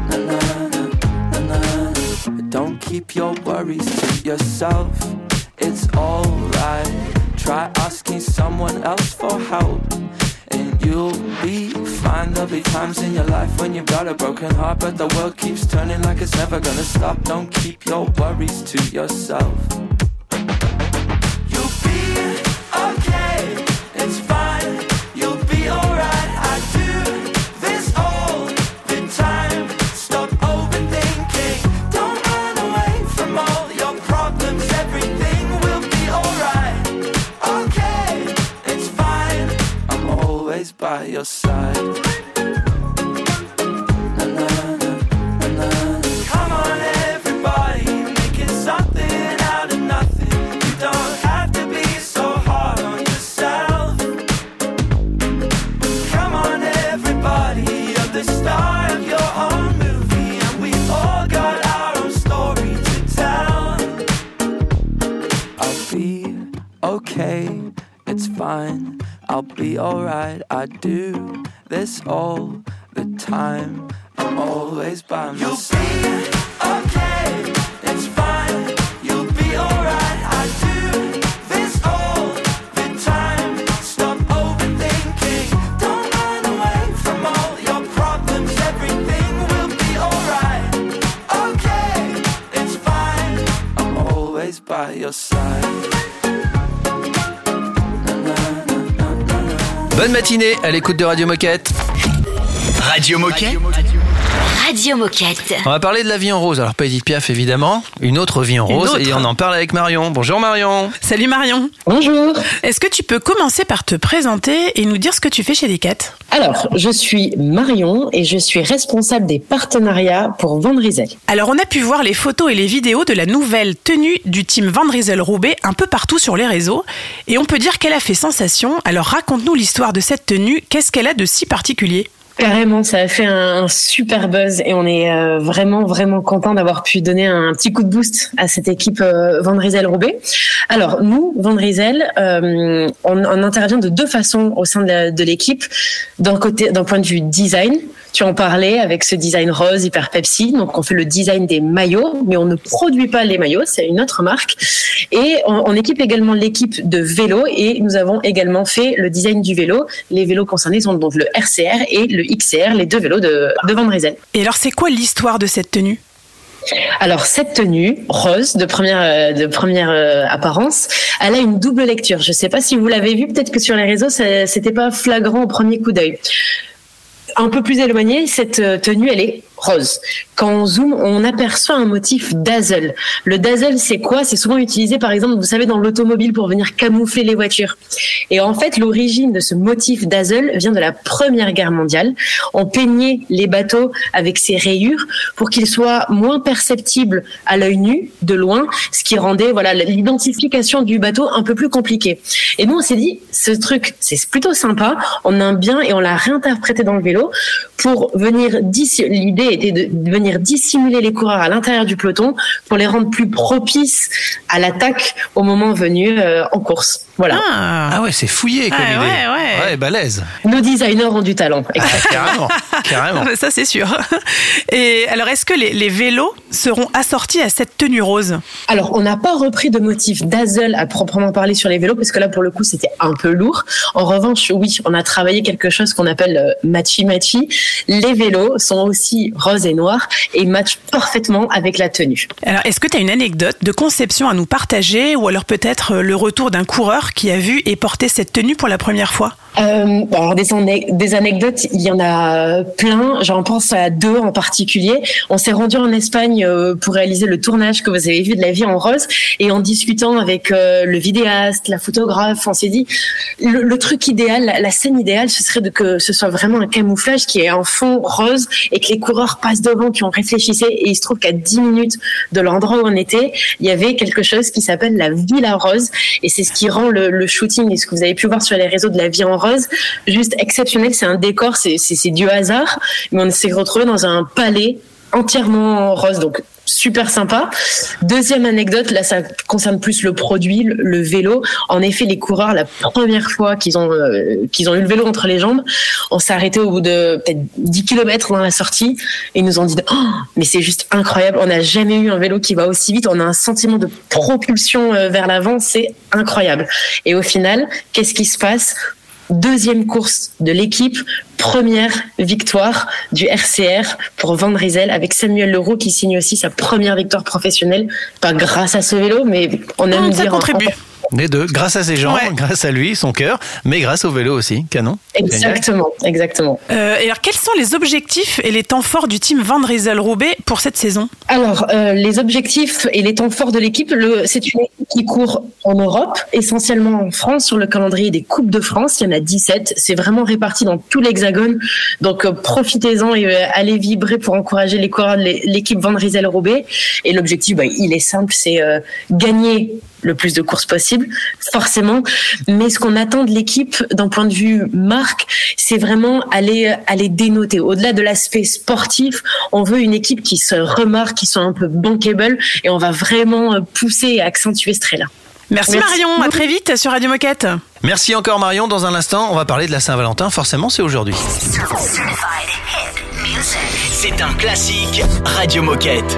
S12: keep your worries to yourself. It's alright. Try asking someone else for help, and you'll be fine. There'll be times in your life when you've got a broken heart, but the world keeps turning like it's never gonna stop. Don't keep your worries to yourself. You'll be okay, it's fine. You'll be alright. I do this all the time. Stop overthinking. Don't run away from all your problems. Everything will be alright. Okay, it's fine. I'm always by your side. Na, na, na, na, na. Come on, everybody, making something out of nothing. You don't have to be so hard on yourself. Come on, everybody, you're the star of your own movie, and we've all got our own story to tell. I'll be okay, it's fine. I'll be alright. I do this all the time. I'm always by my side. You'll be okay, it's fine. You'll be alright. I do this all the time. Stop overthinking. Don't run away from all your problems. Everything will be alright. Okay, it's fine. I'm always by your side.
S2: Bonne matinée à l'écoute de Radio Moquette.
S13: Radio Moquette.
S3: Radio Moquette.
S2: On va parler de la vie en rose. Alors pas Edith Piaf évidemment, une autre vie en rose et on en parle avec Marion. Bonjour Marion.
S10: Salut Marion.
S14: Bonjour.
S10: Est-ce que tu peux commencer par te présenter et nous dire ce que tu fais chez Decat ?
S14: Alors, je suis Marion et je suis responsable des partenariats pour Van Rysel.
S10: Alors, on a pu voir les photos et les vidéos de la nouvelle tenue du team Van Rysel Roubaix un peu partout sur les réseaux et on peut dire qu'elle a fait sensation. Alors, raconte-nous l'histoire de cette tenue. Qu'est-ce qu'elle a de si particulier ?
S14: Carrément, ça a fait un super buzz et on est vraiment content d'avoir pu donner un petit coup de boost à cette équipe Van Rysel Roubaix. Alors nous, Van Rysel, on intervient de deux façons au sein de l'équipe. D'un point de vue design, tu en parlais avec ce design rose hyper Pepsi. Donc on fait le design des maillots, mais on ne produit pas les maillots, c'est une autre marque. Et on équipe également l'équipe de vélo et nous avons également fait le design du vélo. Les vélos concernés sont donc le RCR et le XCR, les deux vélos de Van Rysel.
S10: Et alors c'est quoi l'histoire de cette tenue ?
S14: Alors cette tenue rose de première apparence, elle a une double lecture. Je ne sais pas si vous l'avez vu, peut-être que sur les réseaux, c'était pas flagrant au premier coup d'œil. Un peu plus éloigné, cette tenue, elle est rose. Quand on zoome, on aperçoit un motif dazzle. Le dazzle, c'est quoi ? C'est souvent utilisé, par exemple, vous savez, dans l'automobile pour venir camoufler les voitures. Et en fait, l'origine de ce motif dazzle vient de la Première Guerre mondiale. On peignait les bateaux avec ces rayures pour qu'ils soient moins perceptibles à l'œil nu, de loin, ce qui rendait l'identification du bateau un peu plus compliquée. Et nous, on s'est dit, ce truc, c'est plutôt sympa, on aime bien et on l'a réinterprété dans le vélo pour venir l'idée était de venir dissimuler les coureurs à l'intérieur du peloton pour les rendre plus propices à l'attaque au moment venu en course. Voilà.
S2: Ah ouais, c'est fouillé comme idée. Ouais, balèze.
S14: Nos designers ont du talent.
S2: Carrément.
S10: Ça, c'est sûr. Et alors, est-ce que les vélos seront assortis à cette tenue rose ?
S14: Alors, on n'a pas repris de motif dazzle à proprement parler sur les vélos, parce que là, pour le coup, c'était un peu lourd. En revanche, oui, on a travaillé quelque chose qu'on appelle matchy-matchy. Les vélos sont aussi roses et noirs et matchent parfaitement avec la tenue.
S10: Alors, est-ce que tu as une anecdote de conception à nous partager, ou alors peut-être le retour d'un coureur qui a vu et porté cette tenue pour la première fois ?
S14: Alors des anecdotes, il y en a plein. J'en pense à deux en particulier. On s'est rendu en Espagne pour réaliser le tournage que vous avez vu de La Vie en Rose, et en discutant avec le vidéaste, la photographe, on s'est dit le truc idéal, la scène idéale, ce serait que ce soit vraiment un camouflage qui est en fond rose et que les coureurs passent devant, qui ont réfléchissé, et il se trouve qu'à 10 minutes de l'endroit où on était, il y avait quelque chose qui s'appelle la Villa Rose, et c'est ce qui rend le shooting et ce que vous avez pu voir sur les réseaux de La Vie en Rose juste exceptionnel. C'est un décor, c'est du hasard, mais on s'est retrouvé dans un palais entièrement rose, donc super sympa. Deuxième anecdote, là ça concerne plus le produit, le vélo. En effet, les coureurs, la première fois qu'ils ont eu le vélo entre les jambes, on s'est arrêté au bout de peut-être 10 km dans la sortie et ils nous ont dit « Oh, mais c'est juste incroyable, on n'a jamais eu un vélo qui va aussi vite, on a un sentiment de propulsion vers l'avant, c'est incroyable. » Et au final, qu'est-ce qui se passe ? Deuxième course de l'équipe, première victoire du RCR pour Van Rysel avec Samuel Leroux qui signe aussi sa première victoire professionnelle, pas grâce à ce vélo, mais on aime
S10: ça
S14: dire
S10: contribue.
S2: Les deux, grâce à ses jambes, grâce à lui, son cœur, mais grâce au vélo aussi, canon.
S14: Exactement.
S10: Et alors, quels sont les objectifs et les temps forts du team Van Rysel-Roubaix pour cette saison ?
S14: Alors, les objectifs et les temps forts de l'équipe, c'est une équipe qui court en Europe, essentiellement en France, sur le calendrier des Coupes de France. Il y en a 17. C'est vraiment réparti dans tout l'Hexagone. Donc, profitez-en et allez vibrer pour encourager les coureurs de l'équipe Van Rysel-Roubaix. Et l'objectif, il est simple, c'est gagner le plus de courses possible, forcément. Mais ce qu'on attend de l'équipe, d'un point de vue marque, c'est vraiment aller dénoter. Au-delà de l'aspect sportif, on veut une équipe qui se remarque, qui soit un peu bankable, et on va vraiment pousser et accentuer ce trait-là.
S10: Merci Marion, à très vite sur Radio Moquette.
S2: Merci encore Marion, dans un instant, on va parler de la Saint-Valentin, forcément c'est aujourd'hui.
S13: C'est un classique Radio Moquette.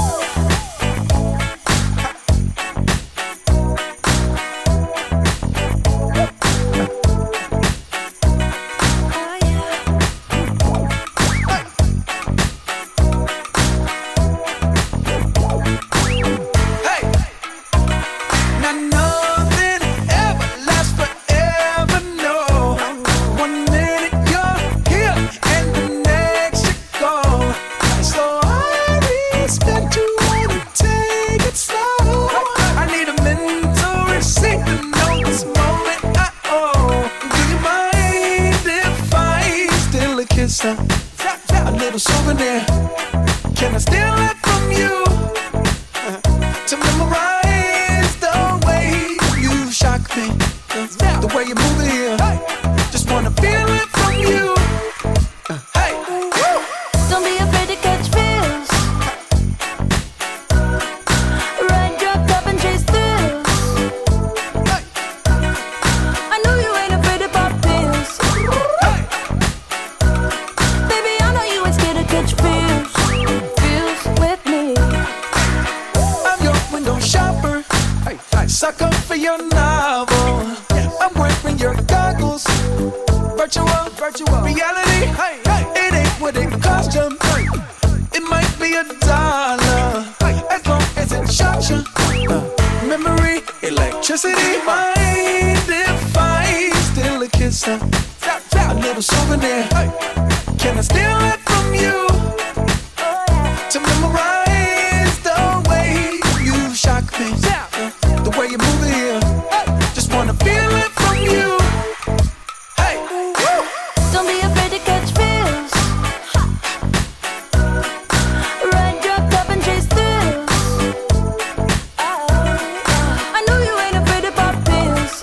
S7: A little souvenir. Can I steal it from you? To memorize the way you shock me, the way you move it here. Just wanna feel it from you. Hey,
S1: Don't be afraid to catch feels. Ride your cup and chase thrills. I know you ain't afraid to pop pills. Baby, I know you ain't scared to catch feels. Feels with me.
S7: I'm your window shopper. Sucker for your novel. I'm wearing your goggles. Virtual reality. It ain't what it cost you. It might be $1 as long as it shocks you. Memory, electricity. Mind if I steal a kiss? A little souvenir. Can I steal it from you? To memorize the way you shock me, the way you move it here. Just wanna feel it from you. Hey,
S1: Don't be afraid to catch feels. Ride your cup and chase thrills. I know you ain't afraid to pop pills.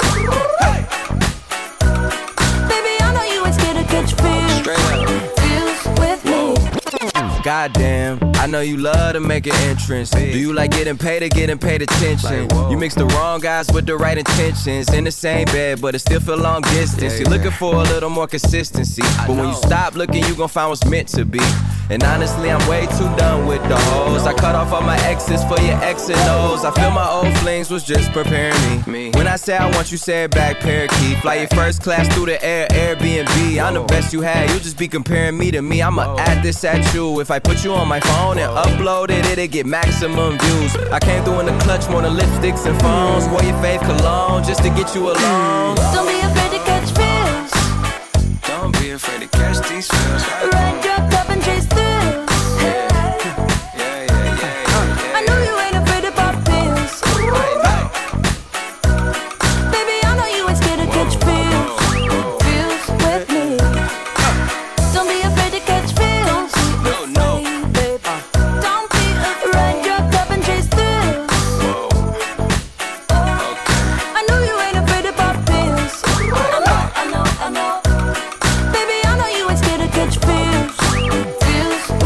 S1: Baby, I know you ain't scared to catch feels. Feels with me.
S15: Goddamn, I know you love to make an entrance. Do you like getting paid or getting paid attention? You mix the wrong guys with the right intentions. In the same bed, but it still feel long distance. You're looking for a little more consistency. But when you stop looking, you gon' find what's meant to be. And honestly, I'm way too done with the hoes. I cut off all my exes for your X and O's. I feel my old flings was just preparing me. When I say I want you, say it back, parakeet. Fly your first class through the air, Airbnb. I'm the best you had, you just be comparing me to me. I'ma add this at you. If I put you on my phone and upload it, it'll get maximum views. I came through in the clutch more than lipsticks and phones. Wore your fave cologne just to get you along.
S1: Don't be afraid to catch feels.
S15: Don't be afraid to catch these feels.
S1: Ride your cup and chase thrills. I know you ain't afraid to pop pills. Baby, I know you ain't scared to catch feels. Feels with me. Don't be afraid to catch feels.
S15: No.
S1: Don't be afraid. Ride your cup and chase thrills. I know you ain't afraid to pop pills. I know. Baby, I know you ain't scared to catch feels. Feels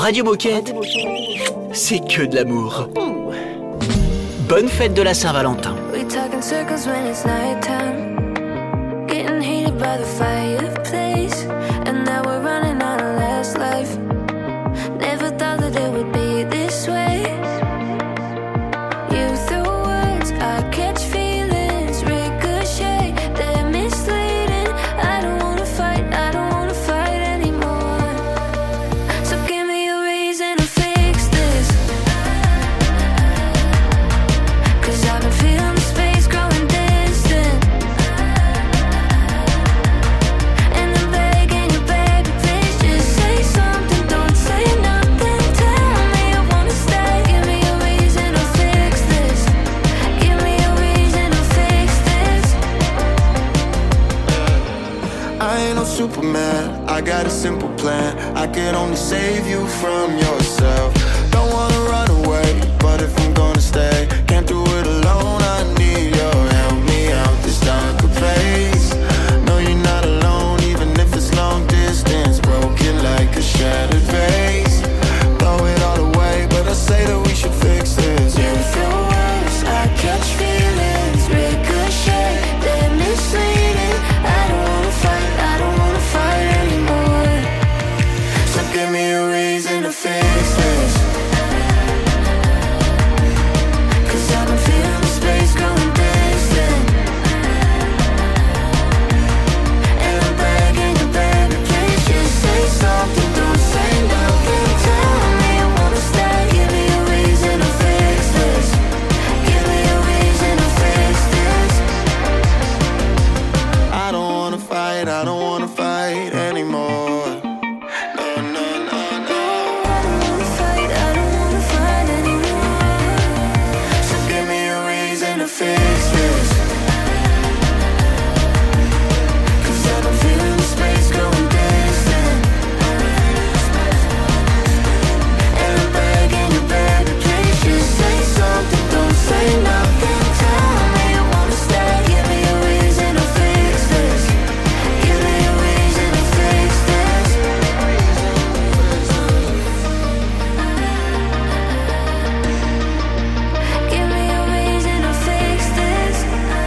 S9: Radio Moquette, c'est que de l'amour. Bonne fête de la Saint-Valentin.
S1: We talk in circles when it's nighttime, getting heated by the fireplace, and now we're running out of last life. Never thought that it would be this way. You throw words, I catch feelings, ricochet, they're misleading. I don't wanna fight anymore. So give me a reason to fix this, 'cause I've been feeling the space growing distant, and I'm begging you, baby, please just say something, don't say nothing. Tell me you wanna stay. Give me a reason to fix this. Give me a reason to fix this.
S16: I ain't no Superman, I got a simple plan. I can only save you from yourself. Don't wanna run away, but if I'm gonna stay, can't do it alone, I need your help me out this darker place. No, you're not alone, even if it's long distance, broken like a shattered vase. Throw it all away, but I say that we should fix this.
S1: You throw words, I catch feelings, ricochet, they're misleading. I don't wanna fight anymore.
S16: So give me a reason to fix this,
S1: 'Cause I've been feeling the space growing distant, and I'm begging you, baby, please just say something, don't say nothing. Tell me you wanna stay. Give me a reason to fix this. Give me a reason to fix this.
S16: I don't wanna fight anymore. No, no, no, no.
S1: I don't wanna fight anymore.
S16: So give me a reason to fix this,
S1: 'Cause I've been feeling the space growing distant, and I'm begging you, baby, please just say something, don't say nothing. Tell me you wanna stay. Give me a reason to fix this. Give me a reason to fix this. Give me a reason to fix this.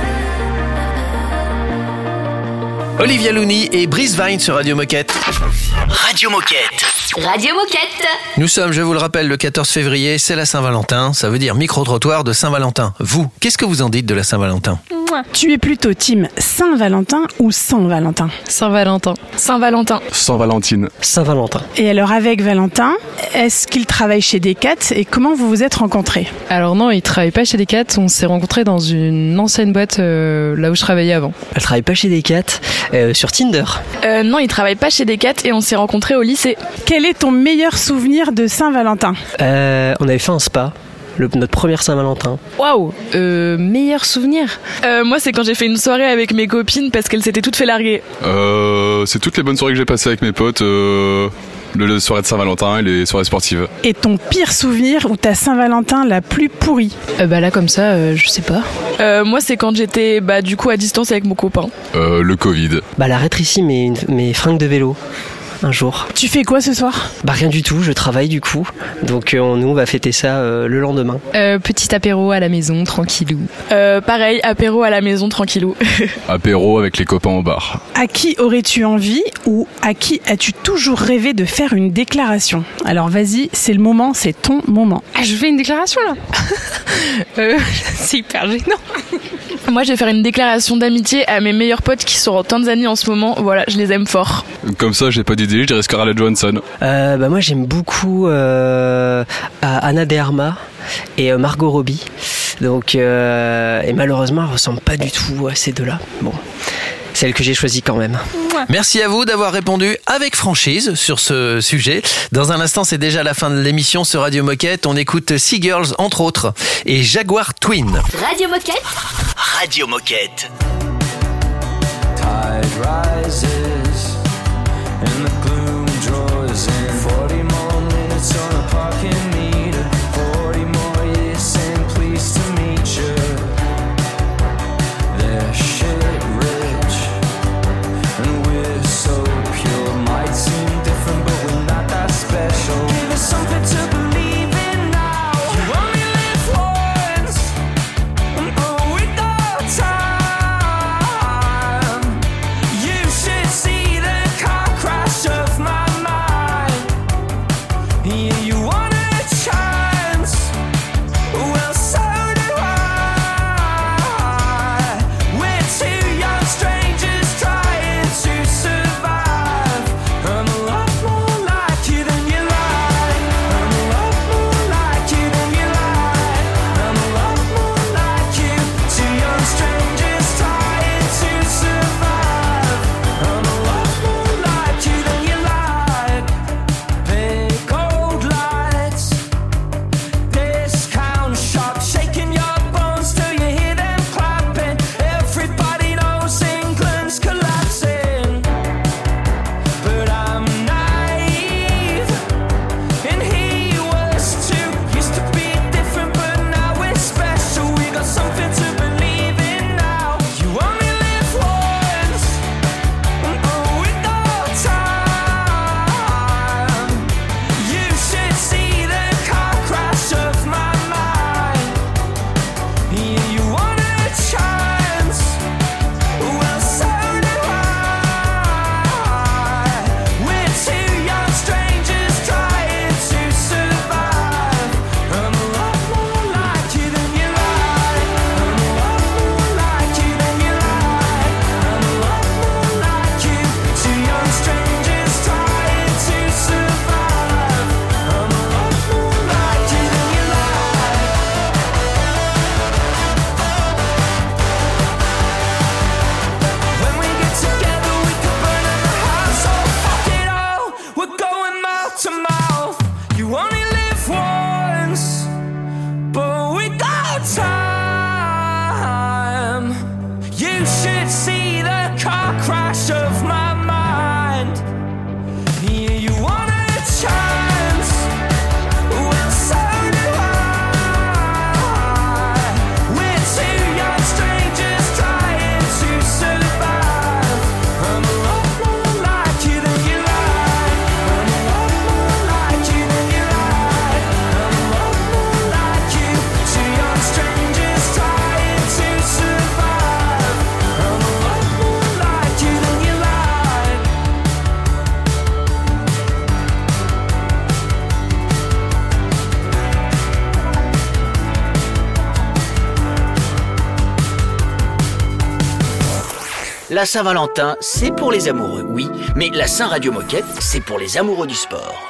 S2: Olivia Looney et Brice Vine sur Radio Moquette.
S13: Radio Moquette.
S3: Radio Moquette.
S2: Nous sommes, je vous le rappelle, le 14 février, c'est la Saint-Valentin. Ça veut dire micro-trottoir de Saint-Valentin. Vous, qu'est-ce que vous en dites de la Saint-Valentin ?
S6: Tu es plutôt team Saint-Valentin ou Saint-Valentin ?
S5: Saint-Valentin. Saint-Valentin.
S17: Saint-Valentine.
S18: Saint-Valentin.
S6: Et alors avec Valentin, est-ce qu'il travaille chez Decat et comment vous vous êtes rencontrés ?
S5: Alors non, il travaille pas chez Decat, on s'est rencontrés dans une ancienne boîte là où je travaillais avant.
S18: Elle travaille pas chez Decat, sur Tinder.
S5: Non, il travaille pas chez Decat et on s'est rencontrés au lycée.
S6: Quel est ton meilleur souvenir de Saint-Valentin ?
S18: On avait fait un spa. Notre première Saint-Valentin.
S5: Waouh, meilleur souvenir. Moi, c'est quand j'ai fait une soirée avec mes copines parce qu'elles s'étaient toutes fait larguer.
S17: C'est toutes les bonnes soirées que j'ai passées avec mes potes. Les soirées de Saint-Valentin et les soirées sportives.
S6: Et ton pire souvenir ou ta Saint-Valentin la plus pourrie ?
S5: Bah là, comme ça, je sais pas. Moi, c'est quand j'étais du coup à distance avec mon copain.
S17: Le Covid.
S18: La rétrécie mes fringues de vélo. Un jour.
S6: Tu fais quoi ce soir ?
S18: Rien du tout, je travaille du coup. Donc nous on va fêter ça le lendemain.
S5: Petit apéro à la maison, tranquillou. Pareil, apéro à la maison, tranquillou.
S17: Apéro avec les copains au bar.
S6: À qui aurais-tu envie ou à qui as-tu toujours rêvé de faire une déclaration ? Alors vas-y, c'est le moment, c'est ton moment.
S5: Ah, je fais une déclaration là. C'est hyper gênant. Moi, je vais faire une déclaration d'amitié à mes meilleurs potes qui sont en Tanzanie en ce moment. Voilà, je les aime fort.
S17: Comme ça, j'ai pas d'idée, je dirais Scarlett Johansson.
S18: Moi, j'aime beaucoup Anna de Armas et Margot Robbie. Donc, et malheureusement, elles ressemblent pas du tout à ces deux-là. Bon, celle que j'ai choisie quand même.
S2: Merci à vous d'avoir répondu avec franchise sur ce sujet. Dans un instant, c'est déjà la fin de l'émission sur Radio Moquette. On écoute Sea Girls, entre autres, et Jaguar Twin.
S3: Radio Moquette.
S13: Radio Moquette.
S12: Tide rises and the gloom draws in. 40 more minutes on a parking meter. 40 more years saying pleased to meet you. They're shit rich and we're so pure. Might seem different but we're not that special. Give us some
S9: La Saint-Valentin, c'est pour les amoureux, oui. Mais la Saint-Radio Moquette, c'est pour les amoureux du sport.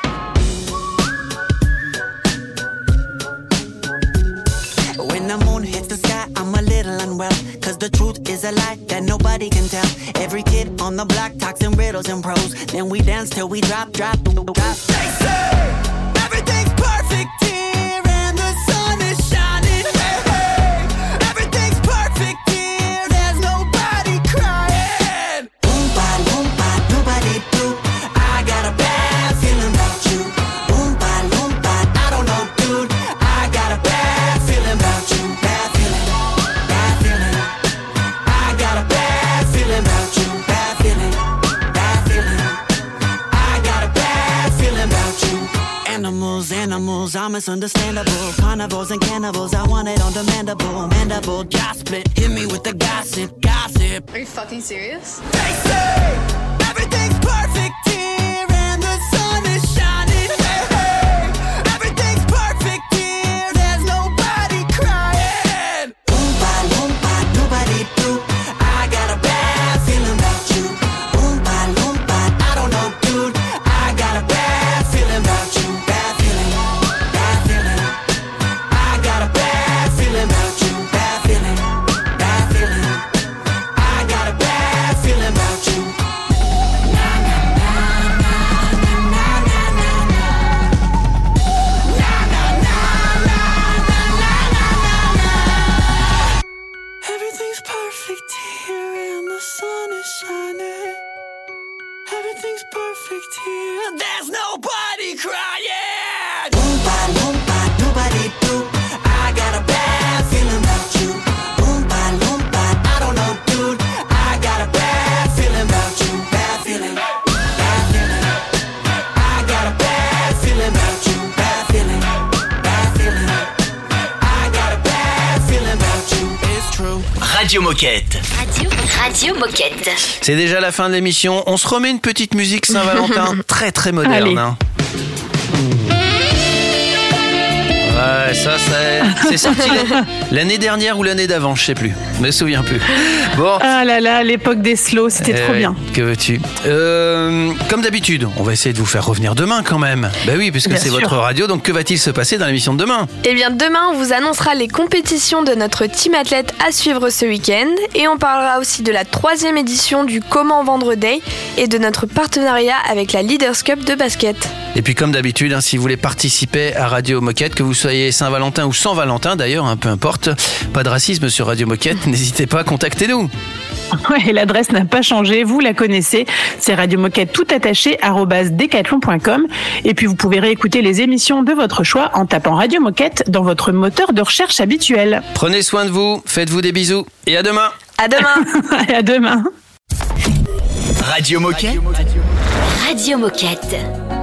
S19: When the moon hits the sky, I'm a little unwell. Cause the truth is a lie that nobody can tell. Every kid on the block talks in riddles and prose. Then we dance till we drop. They say everything's perfect here and the sun is shining. Hey, hey. Everything's perfect here, there's nobody crying. Oompa loompa doobity doo. I got a bad feeling about you. Oompa loompa, I don't know, dude. I got a bad feeling about you. Bad feeling, bad feeling. I got a bad feeling about you. Bad feeling, bad feeling. I got a bad feeling about you. Animals are misunderstandable. Carnivores and cannibals, I want it on demandable. Mandible, jaw split, hit me with the gossip.
S20: Are you fucking serious?
S19: They say everything's perfect here and the sun is shining. Hey, hey. Everything's perfect here, there's nobody crying. Oompa loompa doobity doo. I got a bad feeling about you. Oompa loompa, I don't know, dude. I got a bad feeling about you. Bad feeling, bad feeling. I got a bad feeling about you. Bad feeling, bad feeling. I got a bad feeling about you. Everything's perfect here and the sun is shining. Everything's perfect here. There's nobody crying. Oompa loompa doobity doo. I got a bad feeling about you. Oompa loompa, I don't know, dude. I got a bad feeling about you. Bad feeling, bad feeling. I got a bad feeling about you. Bad feeling, bad feeling. I got a bad feeling about you. It's true.
S13: Radio Moquette.
S3: Radio Moquette.
S2: C'est déjà la fin de l'émission. On se remet une petite musique Saint-Valentin très très moderne.
S6: Allez.
S2: Hein. Ouais, ça c'est sorti l'année dernière ou l'année d'avant, je sais plus. Je me souviens plus. Bon.
S6: Ah là là, l'époque des slows, c'était trop
S2: ouais,
S6: bien.
S2: Que veux-tu Comme d'habitude, on va essayer de vous faire revenir demain quand même. Ben oui, puisque
S5: Bien
S2: c'est
S5: sûr.
S2: votre radio, donc que va-t-il se passer dans l'émission de demain?
S5: Eh bien, demain, on vous annoncera les compétitions de notre team athlète à suivre ce week-end. Et on parlera aussi de la 3e édition du Comment Vendre Day et de notre partenariat avec la Leaders Cup de basket.
S2: Et puis comme d'habitude, si vous voulez participer à Radio Moquette, que vous soyez Saint-Valentin ou sans Valentin d'ailleurs, peu importe, pas de racisme sur Radio Moquette, n'hésitez pas à contacter-nous.
S6: Ouais, l'adresse n'a pas changé, vous la connaissez, c'est Radio Moquette tout attaché @decathlon.com. Et puis vous pouvez réécouter les émissions de votre choix en tapant Radio Moquette dans votre moteur de recherche habituel.
S2: Prenez soin de vous, faites-vous des bisous et à demain.
S5: À demain.
S6: À demain.
S13: Radio Moquette.
S3: Radio Moquette.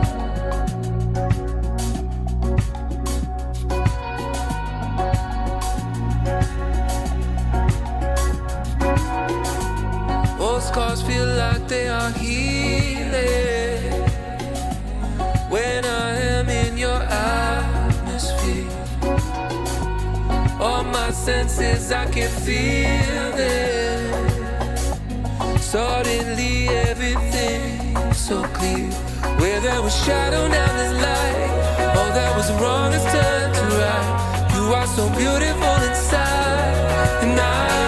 S7: Old scars feel like they are healing when I am in your atmosphere. All my senses, I can feel them. Suddenly everything's so clear. Where there was shadow, now there's light. All that was wrong is turned to right. You are so beautiful inside, and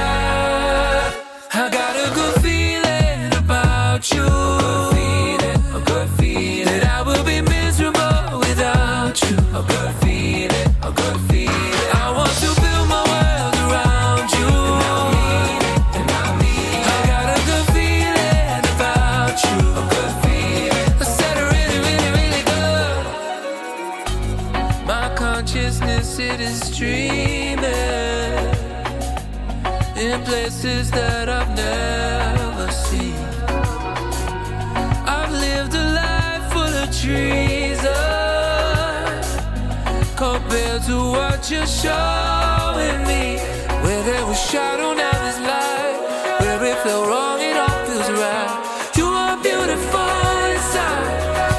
S7: I got a good feeling about you. A good feeling that I will be miserable without you. A good feeling, a good feeling. I want to build my world around you. And I mean it. I got a good feeling about you. A good feeling. I said it really, really, really good. My consciousness, it is dreaming in places that I've never seen. I've lived a life full of treason compared to what you're showing me. Where there was shadow, now there's light. Where it felt wrong, it all feels right. You are beautiful inside,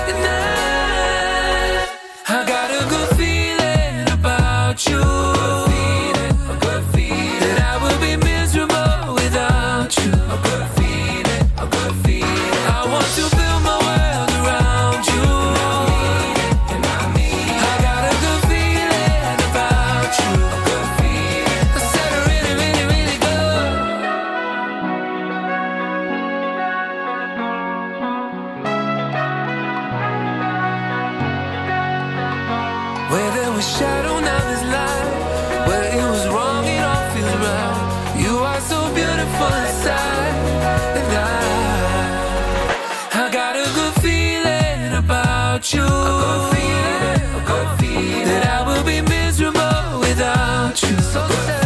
S7: and I got a good feeling about you. A good feeling that I will be miserable without you. A good feeling. Where there was shadow, now there's light. Where it was wrong, it all feels right. You are so beautiful inside. And I got a good feeling about you. A good feeling that I will be miserable without you. So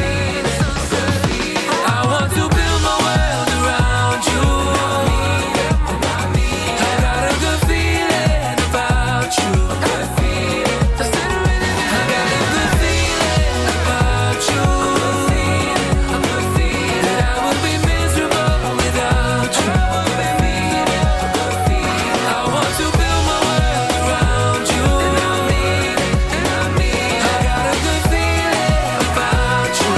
S7: I want to build my world around you. I got a good feeling about you. I got a good feeling about you. That I will be miserable without you. I want to build my world around you. I got a good feeling about you.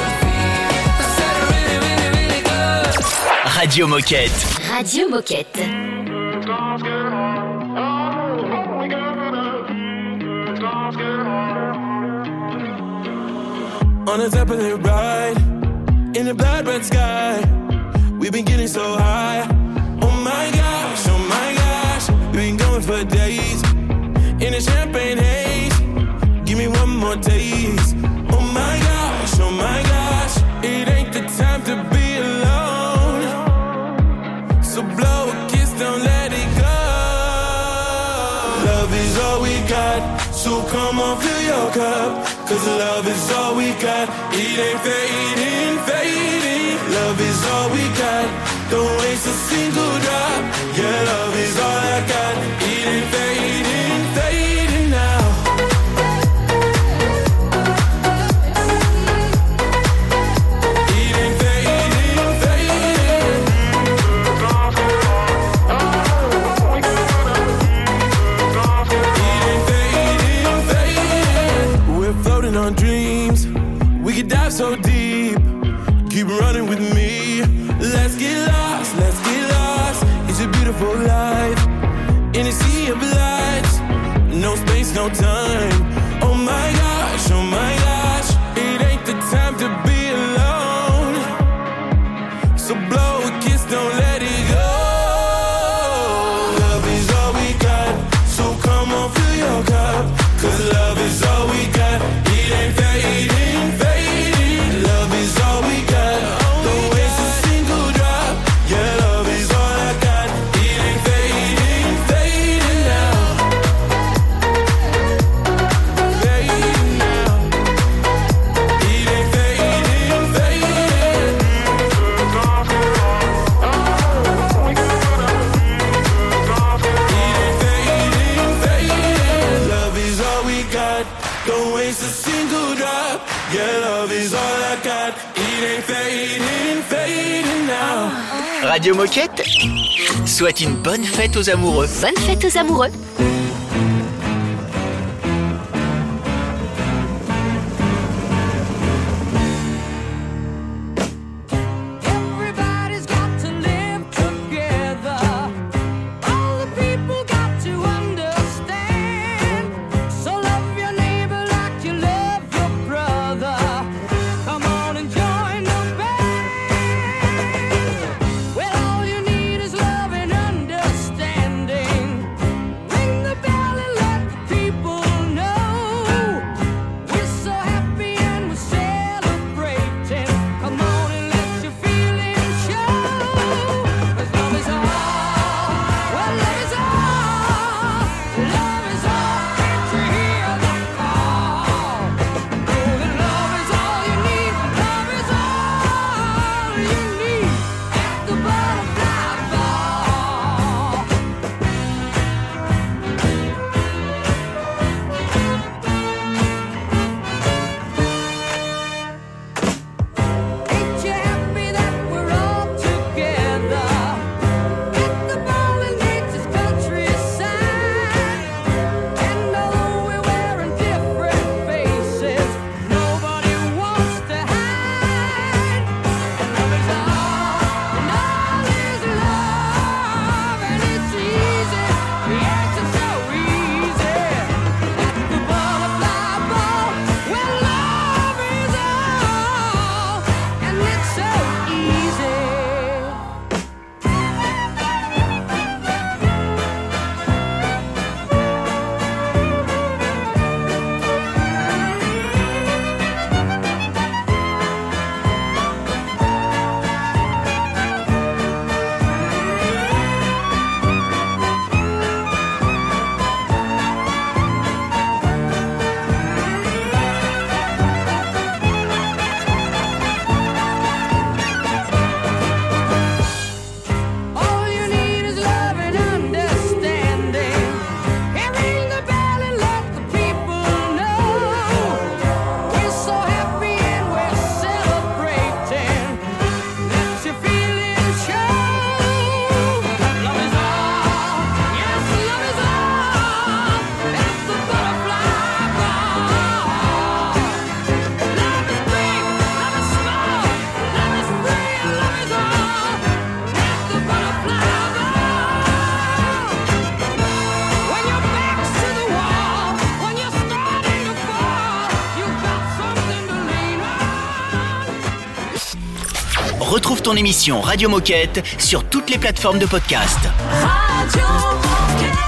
S7: Really good.
S13: Radio Moquette.
S3: Radio Moquette.
S7: On the top of the ride, in the blood red sky, we've been getting so high. Oh my gosh, we've been going for days in a champagne haze. Give me one more taste. Oh my gosh, it ain't the time to be alone. So blow a kiss, don't let it go. Love is all we got, so come on, fill your cup. Cause love is all we got, it ain't fading, fading. Love is all we got, don't waste a single drop. Yeah, love is all I got, it ain't fading, fading now. It ain't fading, fading. It ain't fading, fading. We're floating on dreams, we could dive so deep. Keep running with me, let's get lost, let's get lost. It's a beautiful life, in a sea of lights. No space, no time. Oh my gosh, it ain't the time to be alone. So blow a kiss, don't let it go. Love is all we got, so come on, fill your cup. Cause love is all we got, it ain't fading, fading. Love is all we got, don't waste a single drop. Yeah, love is all I got, it ain't fading, fading now. Fading now. It ain't fading, fading. It ain't fading, fading. Love is all we got, don't waste a single drop. Yeah, love is all I got, it ain't fading, fading now.
S13: Radio Moquette souhaite une bonne fête aux amoureux.
S3: Bonne fête aux amoureux.
S7: Everybody's got to live together. All the people got to understand. So love your neighbor like you love your brother. Come on and join the band. Well, all you need is love and understanding. Ring the
S13: Retrouve ton émission Radio Moquette sur toutes les plateformes de podcast.
S7: Radio Moquette.